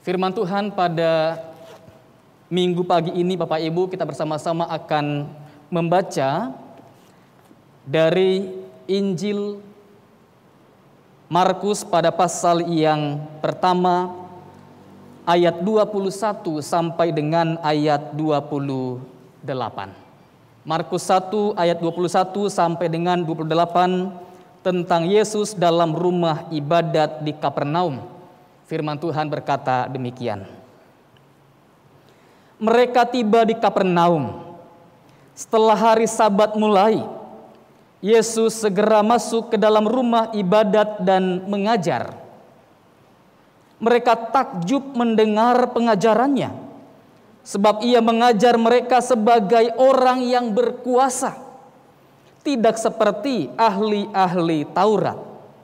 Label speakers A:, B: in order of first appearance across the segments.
A: Firman Tuhan pada minggu pagi ini Bapak Ibu kita bersama-sama akan membaca dari Injil Markus pada pasal yang pertama ayat 21 sampai dengan ayat 28. Markus 1 ayat 21 sampai dengan 28 tentang Yesus dalam rumah ibadat di Kapernaum. Firman Tuhan berkata demikian. Mereka tiba di Kapernaum. Setelah hari Sabat mulai, Yesus segera masuk ke dalam rumah ibadat dan mengajar. Mereka takjub mendengar pengajarannya, sebab ia mengajar mereka sebagai orang yang berkuasa, tidak seperti ahli-ahli Taurat.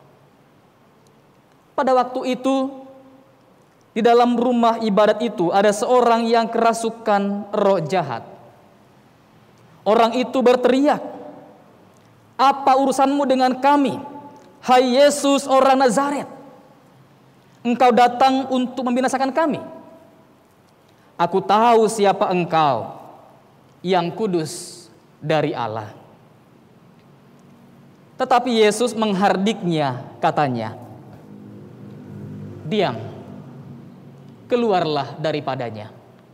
A: Pada waktu itu, di dalam rumah ibadat itu ada seorang yang kerasukan roh jahat. Orang itu berteriak, "Apa urusanmu dengan kami, hai Yesus orang Nazaret? Engkau datang untuk membinasakan kami? Aku tahu siapa engkau, yang kudus dari Allah." Tetapi Yesus menghardiknya, katanya, "Diam, keluarlah daripadanya."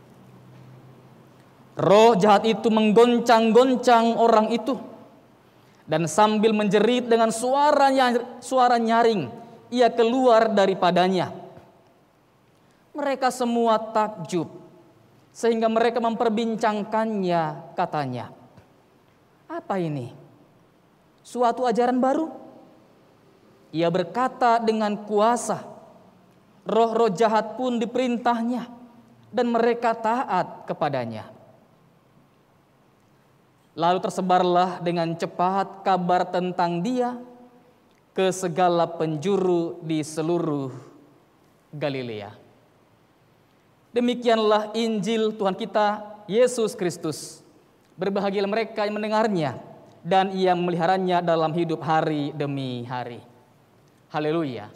A: Roh jahat itu menggoncang-goncang orang itu, dan sambil menjerit dengan suara nyaring, ia keluar daripadanya. Mereka semua takjub, sehingga mereka memperbincangkannya, katanya, "Apa ini? Suatu ajaran baru?" Ia berkata dengan kuasa. Roh-roh jahat pun diperintahnya, dan mereka taat kepadanya. Lalu tersebarlah dengan cepat kabar tentang dia ke segala penjuru di seluruh Galilea. Demikianlah Injil Tuhan kita Yesus Kristus. Berbahagialah mereka yang mendengarnya dan ia memeliharanya dalam hidup hari demi hari. Haleluya.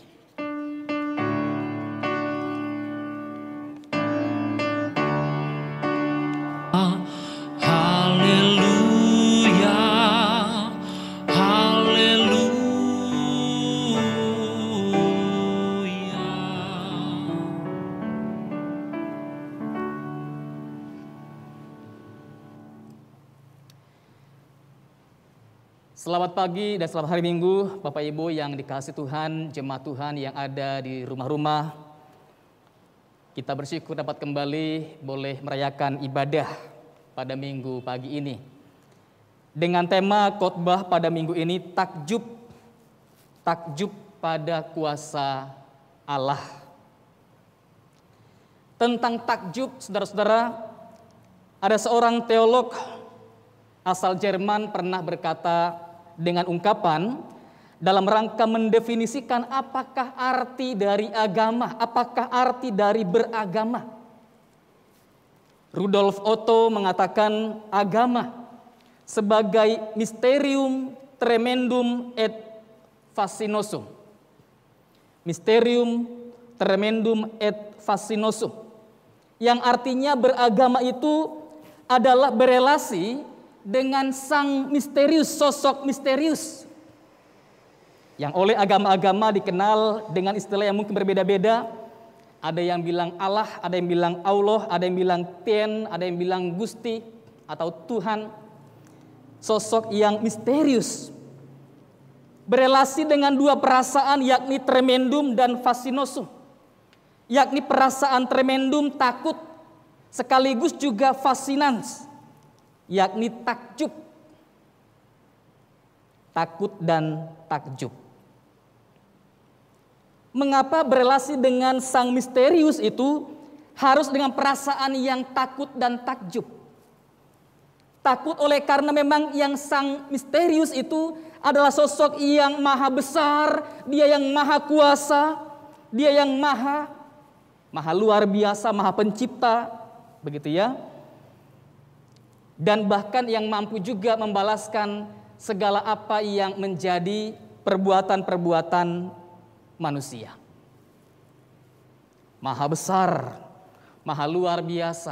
A: Selamat pagi dan selamat hari Minggu, Bapak Ibu yang dikasihi Tuhan, jemaat Tuhan yang ada di rumah-rumah. Kita bersyukur dapat kembali boleh merayakan ibadah pada minggu pagi ini. Dengan tema khotbah pada minggu ini, takjub pada kuasa Allah. Tentang takjub, saudara-saudara, ada seorang teolog asal Jerman pernah berkata dengan ungkapan dalam rangka mendefinisikan apakah arti dari agama, apakah arti dari beragama. Rudolf Otto mengatakan agama sebagai mysterium tremendum et fascinosum. Mysterium tremendum et fascinosum. Yang artinya beragama itu adalah berelasi dengan sang misterius, sosok misterius yang oleh agama-agama dikenal dengan istilah yang mungkin berbeda-beda. Ada yang bilang Allah, ada yang bilang Allah, ada yang bilang Tien, ada yang bilang Gusti atau Tuhan. Sosok yang misterius berelasi dengan dua perasaan, yakni tremendum dan fascinosum. Yakni perasaan tremendum, takut, sekaligus juga fascinans, yakni takjub. Takut dan takjub. Mengapa berelasi dengan sang misterius itu harus dengan perasaan yang takut dan takjub? Takut oleh karena memang yang sang misterius itu adalah sosok yang maha besar, dia yang maha kuasa, dia yang maha luar biasa, maha pencipta, begitu ya. Dan bahkan yang mampu juga membalaskan segala apa yang menjadi perbuatan-perbuatan manusia. Maha besar, maha luar biasa,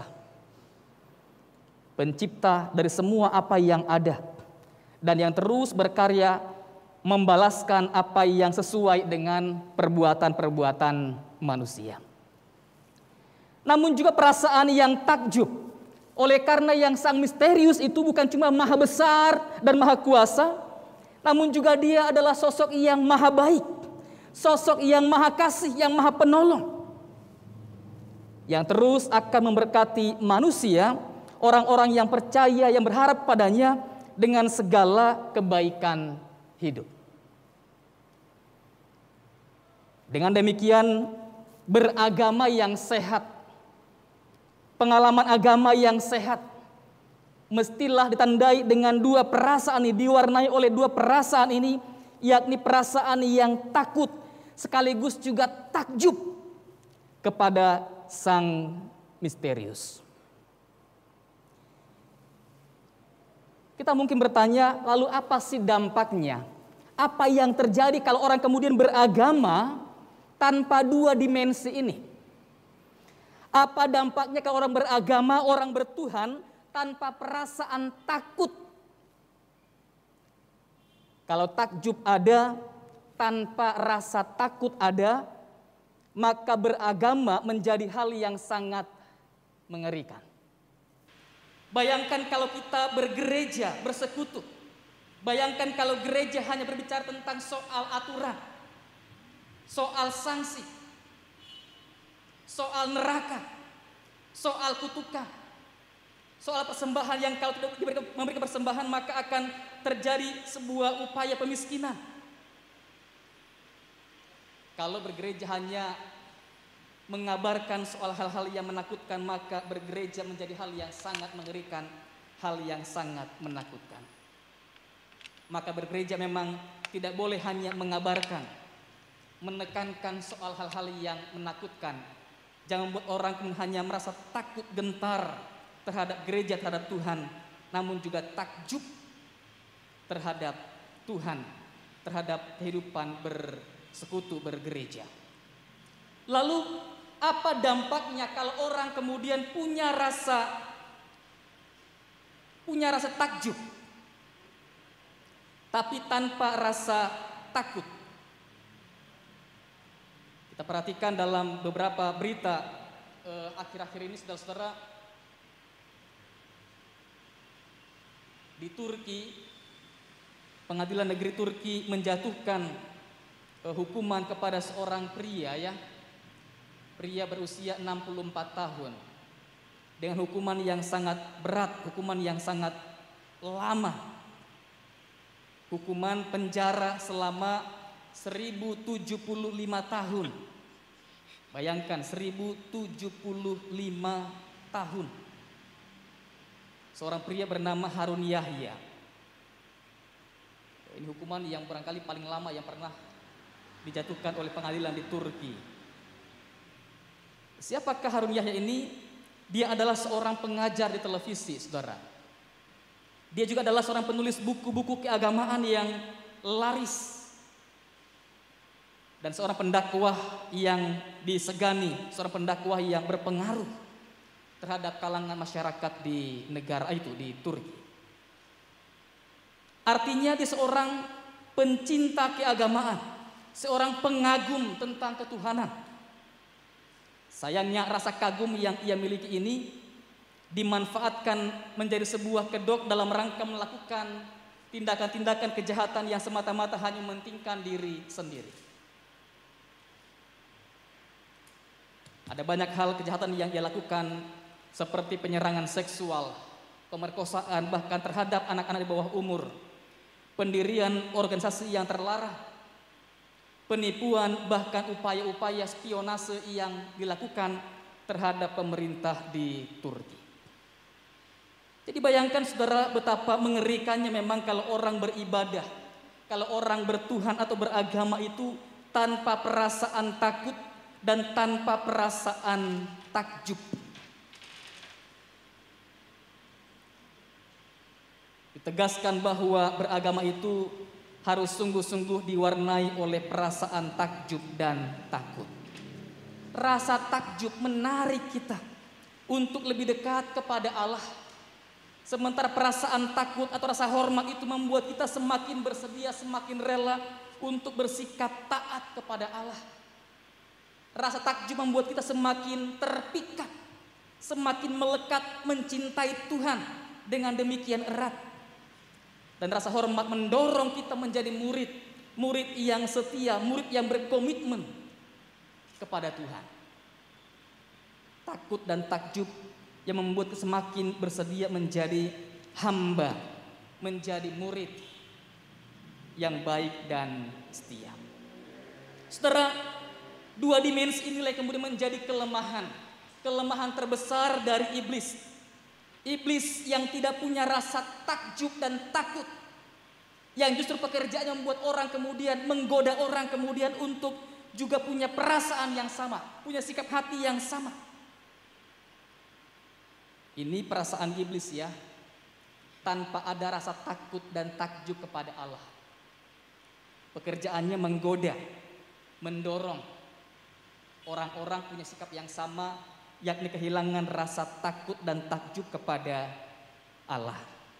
A: pencipta dari semua apa yang ada, dan yang terus berkarya membalaskan apa yang sesuai dengan perbuatan-perbuatan manusia. Namun juga perasaan yang takjub, oleh karena yang sang misterius itu bukan cuma maha besar dan maha kuasa, namun juga dia adalah sosok yang maha baik, sosok yang maha kasih, yang maha penolong, yang terus akan memberkati manusia, orang-orang yang percaya, yang berharap padanya dengan segala kebaikan hidup. Dengan demikian, beragama yang sehat, pengalaman agama yang sehat, mestilah ditandai dengan dua perasaan ini, diwarnai oleh dua perasaan ini, yakni perasaan yang takut sekaligus juga takjub kepada sang misterius. Kita mungkin bertanya, lalu apa sih dampaknya? Apa yang terjadi kalau orang kemudian beragama tanpa dua dimensi ini? Apa dampaknya kalau orang beragama, orang bertuhan tanpa perasaan takut? Kalau takjub ada, tanpa rasa takut ada, maka beragama menjadi hal yang sangat mengerikan. Bayangkan kalau kita bergereja, bersekutu. Bayangkan kalau gereja hanya berbicara tentang soal aturan, soal sanksi, soal neraka, soal kutukan, soal persembahan yang kalau tidak memberikan persembahan maka akan terjadi sebuah upaya pemiskinan. Kalau bergereja hanya mengabarkan soal hal-hal yang menakutkan, maka bergereja menjadi hal yang sangat mengerikan, hal yang sangat menakutkan. Maka bergereja memang tidak boleh hanya mengabarkan, menekankan soal hal-hal yang menakutkan. Jangan buat orang hanya merasa takut gentar terhadap gereja, terhadap Tuhan, namun juga takjub terhadap Tuhan, terhadap kehidupan bersekutu bergereja. Lalu apa dampaknya kalau orang kemudian punya rasa takjub, tapi tanpa rasa takut? Kita perhatikan dalam beberapa berita akhir-akhir ini, saudara-saudara, di Turki, pengadilan negeri Turki menjatuhkan hukuman kepada seorang pria, pria berusia 64 tahun, dengan hukuman yang sangat berat, hukuman yang sangat lama, hukuman penjara selama 1075 tahun. Bayangkan 1075 tahun. Seorang pria bernama Harun Yahya. Ini hukuman yang barangkali paling lama yang pernah dijatuhkan oleh pengadilan di Turki. Siapakah Harun Yahya ini? Dia adalah seorang pengajar di televisi, saudara. Dia juga adalah seorang penulis buku-buku keagamaan yang laris, dan seorang pendakwah yang disegani, seorang pendakwah yang berpengaruh terhadap kalangan masyarakat di negara itu, di Turki. Artinya dia seorang pencinta keagamaan, seorang pengagum tentang ketuhanan. Sayangnya rasa kagum yang ia miliki ini dimanfaatkan menjadi sebuah kedok dalam rangka melakukan tindakan-tindakan kejahatan yang semata-mata hanya mementingkan diri sendiri. Ada banyak hal kejahatan yang ia lakukan, seperti penyerangan seksual, pemerkosaan bahkan terhadap anak-anak di bawah umur, pendirian organisasi yang terlarang, penipuan, bahkan upaya-upaya spionase yang dilakukan terhadap pemerintah di Turki. Jadi bayangkan, saudara, betapa mengerikannya memang kalau orang beribadah, kalau orang bertuhan atau beragama itu tanpa perasaan takut dan tanpa perasaan takjub. Ditegaskan bahwa beragama itu harus sungguh-sungguh diwarnai oleh perasaan takjub dan takut. rasa takjub menarik kita untuk lebih dekat kepada Allah. Sementara perasaan takut atau rasa hormat itu membuat kita semakin bersedia, semakin rela untuk bersikap taat kepada Allah. Rasa takjub membuat kita semakin terpikat, semakin melekat mencintai Tuhan dengan demikian erat. Dan rasa hormat mendorong kita menjadi murid, murid yang setia, murid yang berkomitmen kepada Tuhan. Takut dan takjub yang membuat kita semakin bersedia menjadi hamba, menjadi murid yang baik dan setia. Saudara, dua dimensi inilah yang kemudian menjadi kelemahan terbesar dari iblis. Iblis yang tidak punya rasa takjub dan takut, yang justru pekerjaannya membuat orang kemudian, menggoda orang kemudian untuk juga punya perasaan yang sama, punya sikap hati yang sama. Ini perasaan iblis ya, tanpa ada rasa takut dan takjub kepada Allah. Pekerjaannya menggoda, mendorong orang-orang punya sikap yang sama, yakni kehilangan rasa takut dan takjub kepada Allah.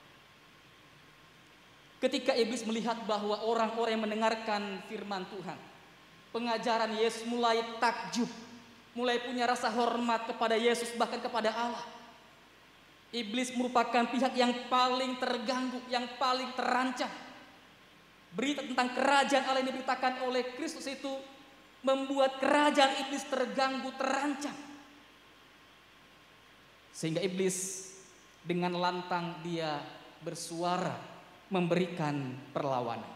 A: Ketika iblis melihat bahwa orang-orang yang mendengarkan firman Tuhan, pengajaran Yesus, mulai takjub, mulai punya rasa hormat kepada Yesus, bahkan kepada Allah, iblis merupakan pihak yang paling terganggu, yang paling terancam. Berita tentang kerajaan Allah yang diberitakan oleh Kristus itu membuat kerajaan iblis terganggu, terancam. Sehingga iblis dengan lantang dia bersuara memberikan perlawanan.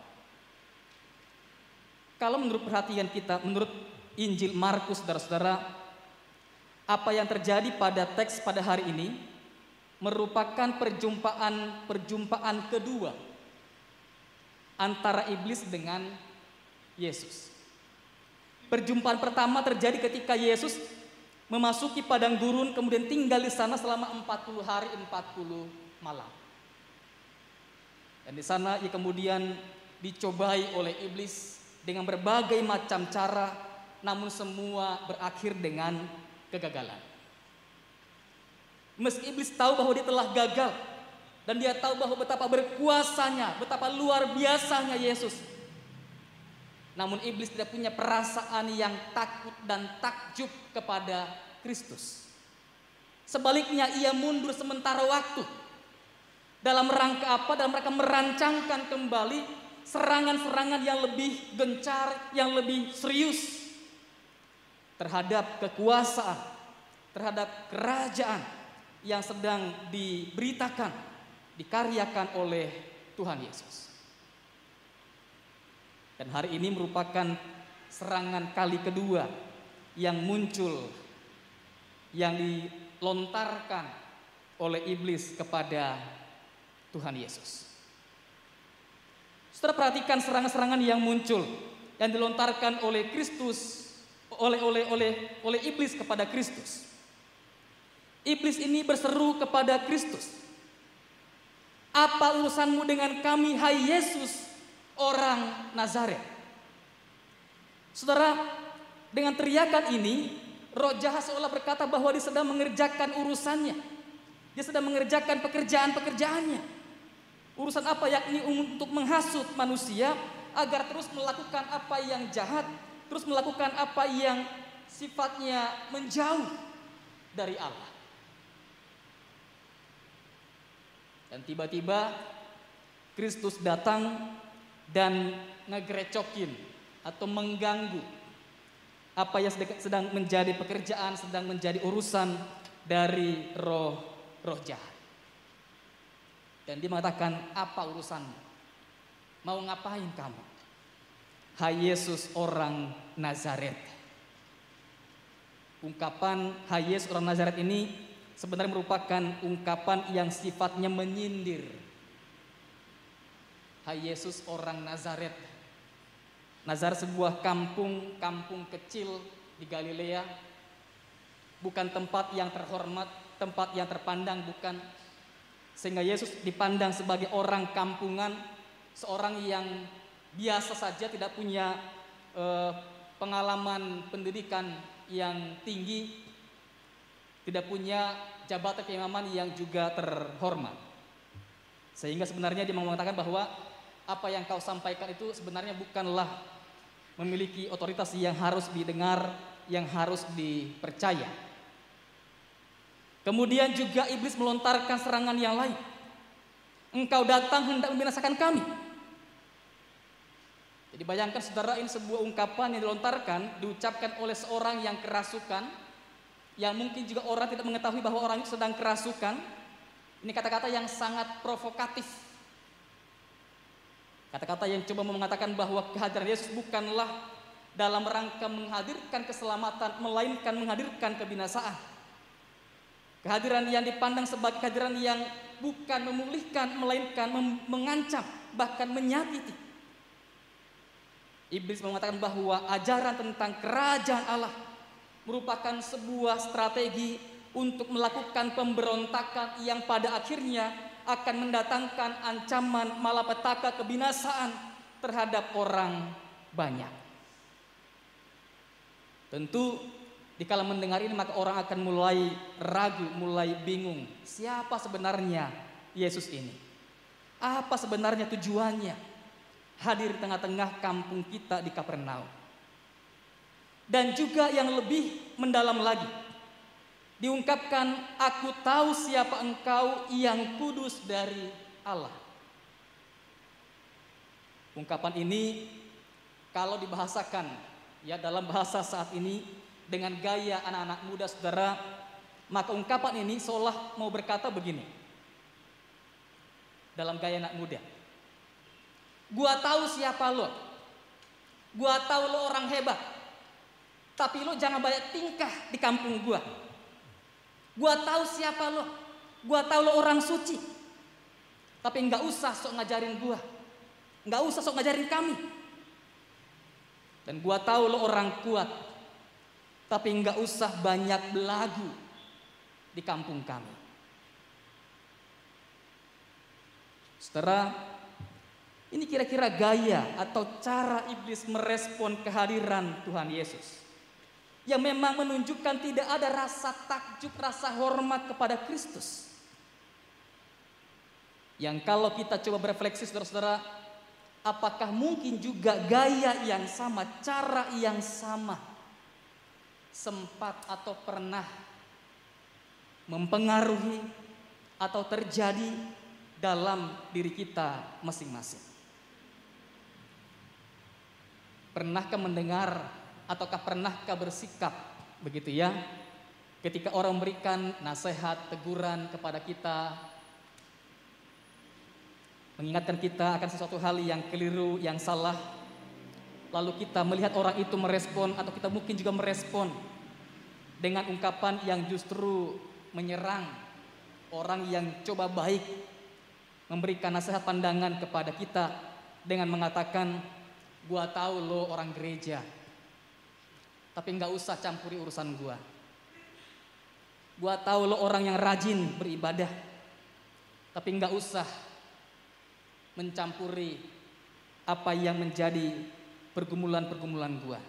A: Kalau menurut perhatian kita, menurut Injil Markus, saudara-saudara, apa yang terjadi pada teks pada hari ini merupakan perjumpaan kedua antara iblis dengan Yesus. Perjumpaan pertama terjadi ketika Yesus memasuki padang gurun, kemudian tinggal di sana selama 40 hari 40 malam. Dan di sana ia kemudian dicobai oleh iblis dengan berbagai macam cara, namun semua berakhir dengan kegagalan. Meski iblis tahu bahwa dia telah gagal, dan dia tahu bahwa betapa berkuasanya, betapa luar biasanya Yesus, namun iblis tidak punya perasaan yang takut dan takjub kepada Kristus. Sebaliknya ia mundur sementara waktu. Dalam rangka apa? Dalam rangka merancangkan kembali serangan-serangan yang lebih gencar, yang lebih serius terhadap kekuasaan, terhadap kerajaan yang sedang diberitakan, dikaryakan oleh Tuhan Yesus. Dan hari ini merupakan serangan kali kedua yang muncul, yang dilontarkan oleh iblis kepada Tuhan Yesus. Saudara, perhatikan serangan-serangan yang muncul, yang dilontarkan oleh Kristus, oleh iblis kepada Kristus. Iblis ini berseru kepada Kristus, "Apa urusanmu dengan kami, hai Yesus, orang Nazaret?" Saudara, dengan teriakan ini, roh jahat seolah berkata bahwa dia sedang mengerjakan urusannya. Dia sedang mengerjakan pekerjaan-pekerjaannya. Urusan apa? Yakni untuk menghasut manusia agar terus melakukan apa yang jahat, terus melakukan apa yang sifatnya menjauh dari Allah. Dan tiba-tiba Kristus datang dan ngegerecokin atau mengganggu apa yang sedang menjadi pekerjaan, sedang menjadi urusan dari roh jahat. Dan dia mengatakan, "Apa urusanmu? Mau ngapain kamu? Hai Yesus orang Nazaret." Ungkapan "Hai Yesus orang Nazaret" ini sebenarnya merupakan ungkapan yang sifatnya menyindir. Hai Yesus orang Nazaret. Nazaret sebuah kampung kecil di Galilea. Bukan tempat yang terhormat, tempat yang terpandang, bukan. Sehingga Yesus dipandang sebagai orang kampungan, seorang yang biasa saja, tidak punya pengalaman pendidikan yang tinggi, tidak punya jabatan keimaman yang juga terhormat. Sehingga sebenarnya dia mengatakan bahwa apa yang kau sampaikan itu sebenarnya bukanlah memiliki otoritas yang harus didengar, yang harus dipercaya. Kemudian juga iblis melontarkan serangan yang lain. Engkau datang hendak membinasakan kami. Jadi bayangkan saudara, ini sebuah ungkapan yang dilontarkan, diucapkan oleh seorang yang kerasukan, yang mungkin juga orang tidak mengetahui bahwa orang itu sedang kerasukan. Ini kata-kata yang sangat provokatif. Kata-kata yang coba mengatakan bahwa kehadiran Yesus bukanlah dalam rangka menghadirkan keselamatan, melainkan menghadirkan kebinasaan. Kehadiran yang dipandang sebagai kehadiran yang bukan memulihkan, melainkan mengancam, bahkan menyakiti. Iblis mengatakan bahwa ajaran tentang kerajaan Allah merupakan sebuah strategi untuk melakukan pemberontakan yang pada akhirnya akan mendatangkan ancaman malapetaka kebinasaan terhadap orang banyak. Tentu dikala mendengar ini maka orang akan mulai ragu, mulai bingung. Siapa sebenarnya Yesus ini? Apa sebenarnya tujuannya hadir di tengah-tengah kampung kita di Kapernaum? Dan juga yang lebih mendalam lagi, diungkapkan, aku tahu siapa engkau yang kudus dari Allah. Ungkapan ini kalau dibahasakan ya dalam bahasa saat ini dengan gaya anak-anak muda saudara, maka ungkapan ini seolah mau berkata begini dalam gaya anak muda. Gua tahu siapa lo, gua tahu lo orang hebat, tapi lo jangan banyak tingkah di kampung gua. Gua tahu siapa lo, gua tahu lo orang suci, tapi nggak usah sok ngajarin gua, nggak usah sok ngajarin kami. Dan gua tahu lo orang kuat, tapi nggak usah banyak belagu di kampung kami. Saudara, ini kira-kira gaya atau cara iblis merespon kehadiran Tuhan Yesus, yang memang menunjukkan tidak ada rasa takjub, rasa hormat kepada Kristus. Yang kalau kita coba berefleksi saudara-saudara, apakah mungkin juga gaya yang sama, cara yang sama sempat atau pernah mempengaruhi atau terjadi dalam diri kita masing-masing? Pernahkah mendengar ataukah pernahkah bersikap begitu ya, ketika orang memberikan nasihat, teguran kepada kita, mengingatkan kita akan sesuatu hal yang keliru, yang salah, lalu kita melihat orang itu merespon atau kita mungkin juga merespon dengan ungkapan yang justru menyerang orang yang coba baik memberikan nasihat, pandangan kepada kita dengan mengatakan, gua tahu lo orang gereja, tapi nggak usah campuri urusan gua. Gua tahu lo orang yang rajin beribadah, tapi nggak usah mencampuri apa yang menjadi pergumulan-pergumulan gua.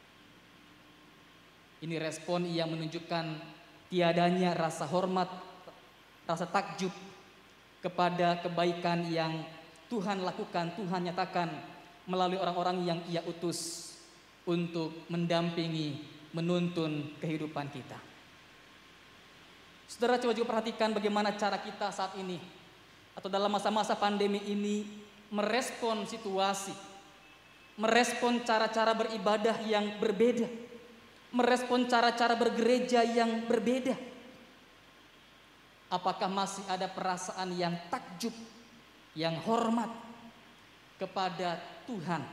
A: Ini respon yang menunjukkan tiadanya rasa hormat, rasa takjub kepada kebaikan yang Tuhan lakukan, Tuhan nyatakan melalui orang-orang yang Ia utus untuk mendampingi, menuntun kehidupan kita. Saudara, coba juga perhatikan bagaimana cara kita saat ini atau dalam masa-masa pandemi ini merespon situasi, merespon cara-cara beribadah yang berbeda, merespon cara-cara bergereja yang berbeda. Apakah masih ada perasaan yang takjub, yang hormat kepada Tuhan?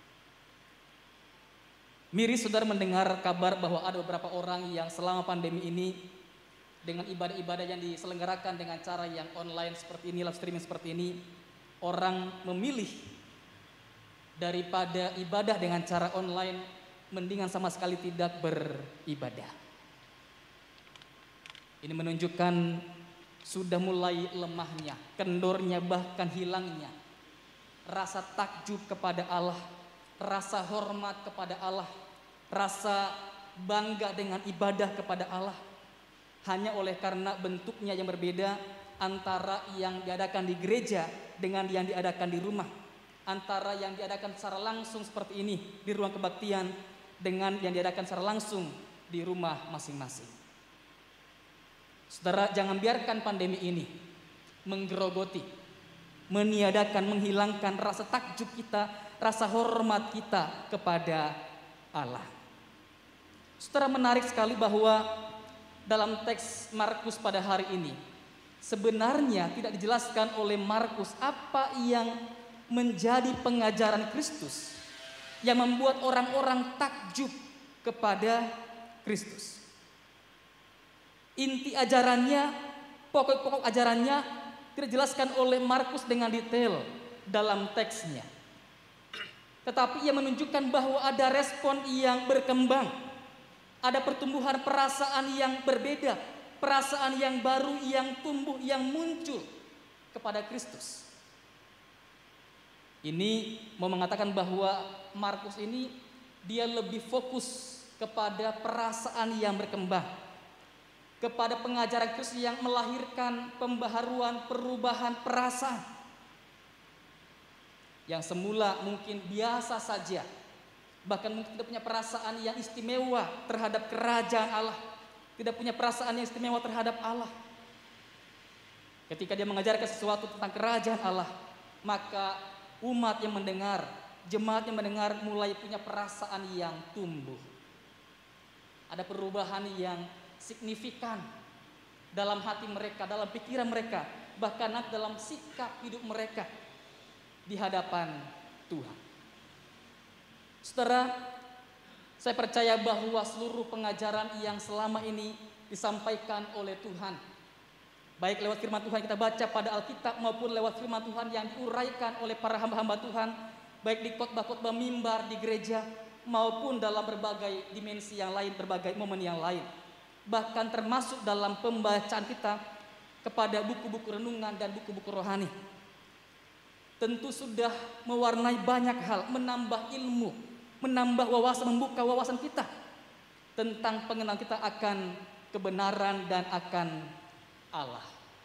A: Miris saudara mendengar kabar bahwa ada beberapa orang yang selama pandemi ini dengan ibadah-ibadah yang diselenggarakan dengan cara yang online seperti ini, live streaming seperti ini, orang memilih daripada ibadah dengan cara online, mendingan sama sekali tidak beribadah. Ini menunjukkan sudah mulai lemahnya, kendornya, bahkan hilangnya rasa takjub kepada Allah, rasa hormat kepada Allah, rasa bangga dengan ibadah kepada Allah hanya oleh karena bentuknya yang berbeda antara yang diadakan di gereja dengan yang diadakan di rumah, antara yang diadakan secara langsung seperti ini di ruang kebaktian dengan yang diadakan secara langsung di rumah masing-masing. Saudara, jangan biarkan pandemi ini menggerogoti, meniadakan, menghilangkan rasa takjub kita, rasa hormat kita kepada Allah. Saudara, menarik sekali bahwa dalam teks Markus pada hari ini sebenarnya tidak dijelaskan oleh Markus apa yang menjadi pengajaran Kristus yang membuat orang-orang takjub kepada Kristus. Inti ajarannya, pokok-pokok ajarannya tidak dijelaskan oleh Markus dengan detail dalam teksnya. Tetapi ia menunjukkan bahwa ada respon yang berkembang, ada pertumbuhan perasaan yang berbeda, perasaan yang baru yang tumbuh, yang muncul kepada Kristus. Ini mau mengatakan bahwa Markus ini dia lebih fokus kepada perasaan yang berkembang, kepada pengajaran Kristus yang melahirkan pembaharuan, perubahan perasaan yang semula mungkin biasa saja, bahkan mungkin tidak punya perasaan yang istimewa terhadap kerajaan Allah, tidak punya perasaan yang istimewa terhadap Allah. Ketika dia mengajarkan sesuatu tentang kerajaan Allah, maka umat yang mendengar, jemaat yang mendengar mulai punya perasaan yang tumbuh. Ada perubahan yang signifikan dalam hati mereka, dalam pikiran mereka, bahkan dalam sikap hidup mereka di hadapan Tuhan. Saudara, saya percaya bahwa seluruh pengajaran yang selama ini disampaikan oleh Tuhan, baik lewat firman Tuhan kita baca pada Alkitab maupun lewat firman Tuhan yang diuraikan oleh para hamba-hamba Tuhan, baik di khotbah-khotbah mimbar di gereja maupun dalam berbagai dimensi yang lain, berbagai momen yang lain, bahkan termasuk dalam pembacaan kita kepada buku-buku renungan dan buku-buku rohani, tentu sudah mewarnai banyak hal, menambah ilmu, menambah wawasan, membuka wawasan kita tentang pengenalan kita akan kebenaran dan akan Allah.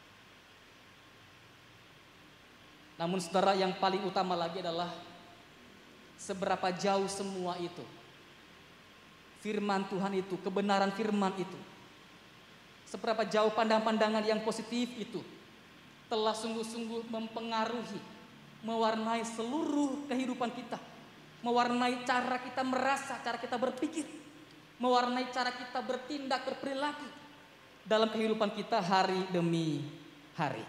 A: Namun saudara, yang paling utama lagi adalah seberapa jauh semua itu, firman Tuhan itu, kebenaran firman itu, seberapa jauh pandangan-pandangan yang positif itu telah sungguh-sungguh mempengaruhi, mewarnai seluruh kehidupan kita, mewarnai cara kita merasa, cara kita berpikir, mewarnai cara kita bertindak, berperilaku dalam kehidupan kita hari demi hari.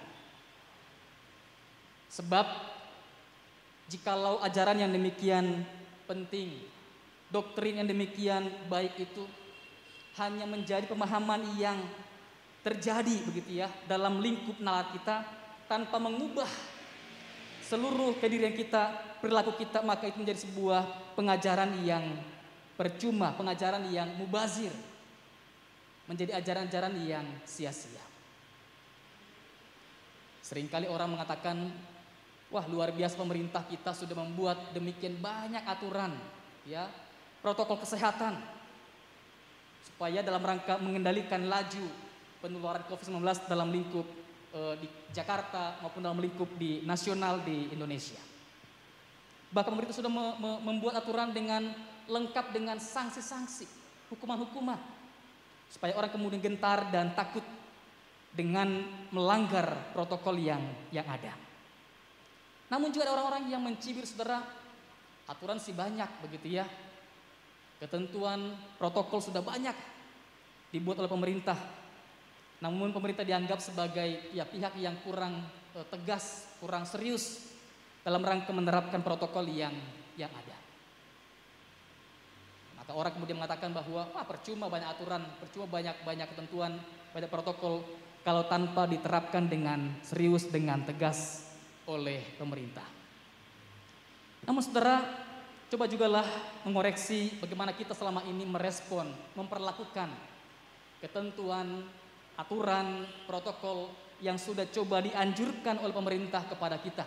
A: Sebab jikalau ajaran yang demikian penting, doktrin yang demikian baik itu hanya menjadi pemahaman yang terjadi begitu ya dalam lingkup nalar kita tanpa mengubah seluruh kedirian kita, perilaku kita, maka itu menjadi sebuah pengajaran yang percuma, pengajaran yang mubazir, menjadi ajaran-ajaran yang sia-sia. Seringkali orang mengatakan, wah luar biasa pemerintah kita sudah membuat demikian banyak aturan, ya, protokol kesehatan supaya dalam rangka mengendalikan laju penularan COVID-19 dalam lingkup di Jakarta maupun dalam lingkup di nasional di Indonesia. Bahkan pemerintah sudah membuat aturan dengan lengkap dengan sanksi-sanksi, hukuman-hukuman, supaya orang kemudian gentar dan takut dengan melanggar protokol yang ada. Namun juga ada orang-orang yang mencibir, saudara, aturan sih banyak begitu ya, ketentuan protokol sudah banyak dibuat oleh pemerintah. Namun pemerintah dianggap sebagai ya pihak yang kurang tegas, kurang serius dalam rangka menerapkan protokol yang ada. Maka orang kemudian mengatakan bahwa percuma banyak aturan, percuma banyak ketentuan, banyak protokol kalau tanpa diterapkan dengan serius, dengan tegas oleh pemerintah. Namun saudara, coba jugalah mengoreksi bagaimana kita selama ini merespon, memperlakukan ketentuan, aturan, protokol yang sudah coba dianjurkan oleh pemerintah kepada kita.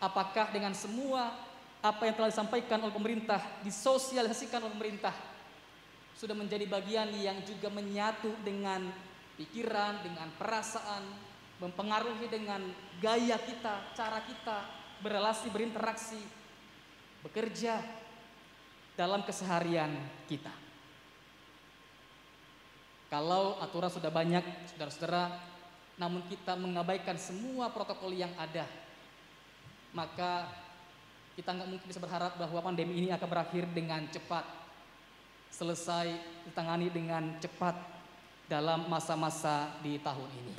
A: Apakah dengan semua apa yang telah disampaikan oleh pemerintah, disosialisasikan oleh pemerintah, sudah menjadi bagian yang juga menyatu dengan pikiran, dengan perasaan, mempengaruhi dengan gaya kita, cara kita berrelasi, berinteraksi, bekerja dalam keseharian kita. Kalau aturan sudah banyak, saudara-saudara, namun kita mengabaikan semua protokol yang ada, maka kita nggak mungkin bisa berharap bahwa pandemi ini akan berakhir dengan cepat, selesai ditangani dengan cepat dalam masa-masa di tahun ini.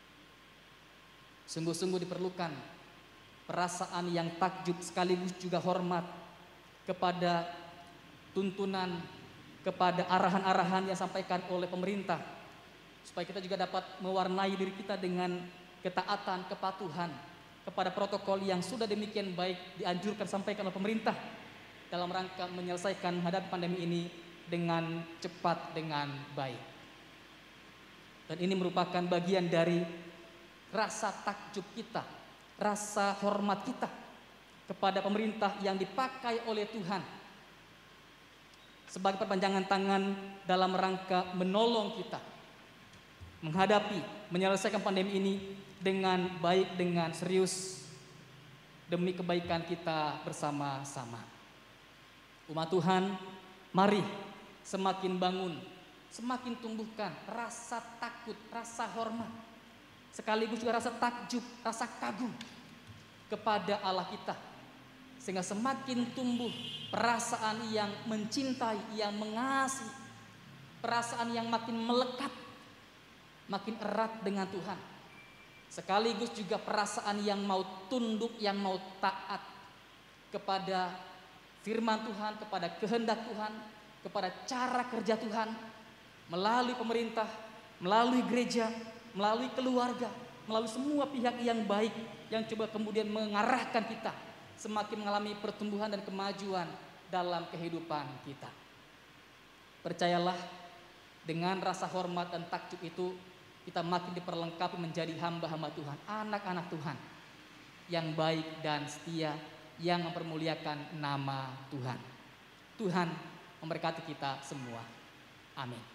A: Sungguh-sungguh diperlukan perasaan yang takjub sekaligus juga hormat kepada tuntunan, kepada arahan-arahan yang disampaikan oleh pemerintah, supaya kita juga dapat mewarnai diri kita dengan ketaatan, kepatuhan kepada protokol yang sudah demikian baik dianjurkan sampaikan oleh pemerintah dalam rangka menyelesaikan menghadapi pandemi ini dengan cepat, dengan baik. Dan ini merupakan bagian dari rasa takjub kita, rasa hormat kita kepada pemerintah yang dipakai oleh Tuhan sebagai perpanjangan tangan dalam rangka menolong kita menghadapi, menyelesaikan pandemi ini dengan baik, dengan serius, demi kebaikan kita bersama-sama. Umat Tuhan, mari semakin bangun, semakin tumbuhkan rasa takut, rasa hormat, sekaligus juga rasa takjub, rasa kagum kepada Allah kita, sehingga semakin tumbuh perasaan yang mencintai, yang mengasihi, perasaan yang makin melekat, makin erat dengan Tuhan, sekaligus juga perasaan yang mau tunduk, yang mau taat kepada firman Tuhan, kepada kehendak Tuhan, kepada cara kerja Tuhan melalui pemerintah, melalui gereja, melalui keluarga, melalui semua pihak yang baik yang coba kemudian mengarahkan kita semakin mengalami pertumbuhan dan kemajuan dalam kehidupan kita. Percayalah, dengan rasa hormat dan takjub itu kita makin diperlengkapi menjadi hamba-hamba Tuhan, anak-anak Tuhan yang baik dan setia, yang mempermuliakan nama Tuhan. Tuhan memberkati kita semua. Amin.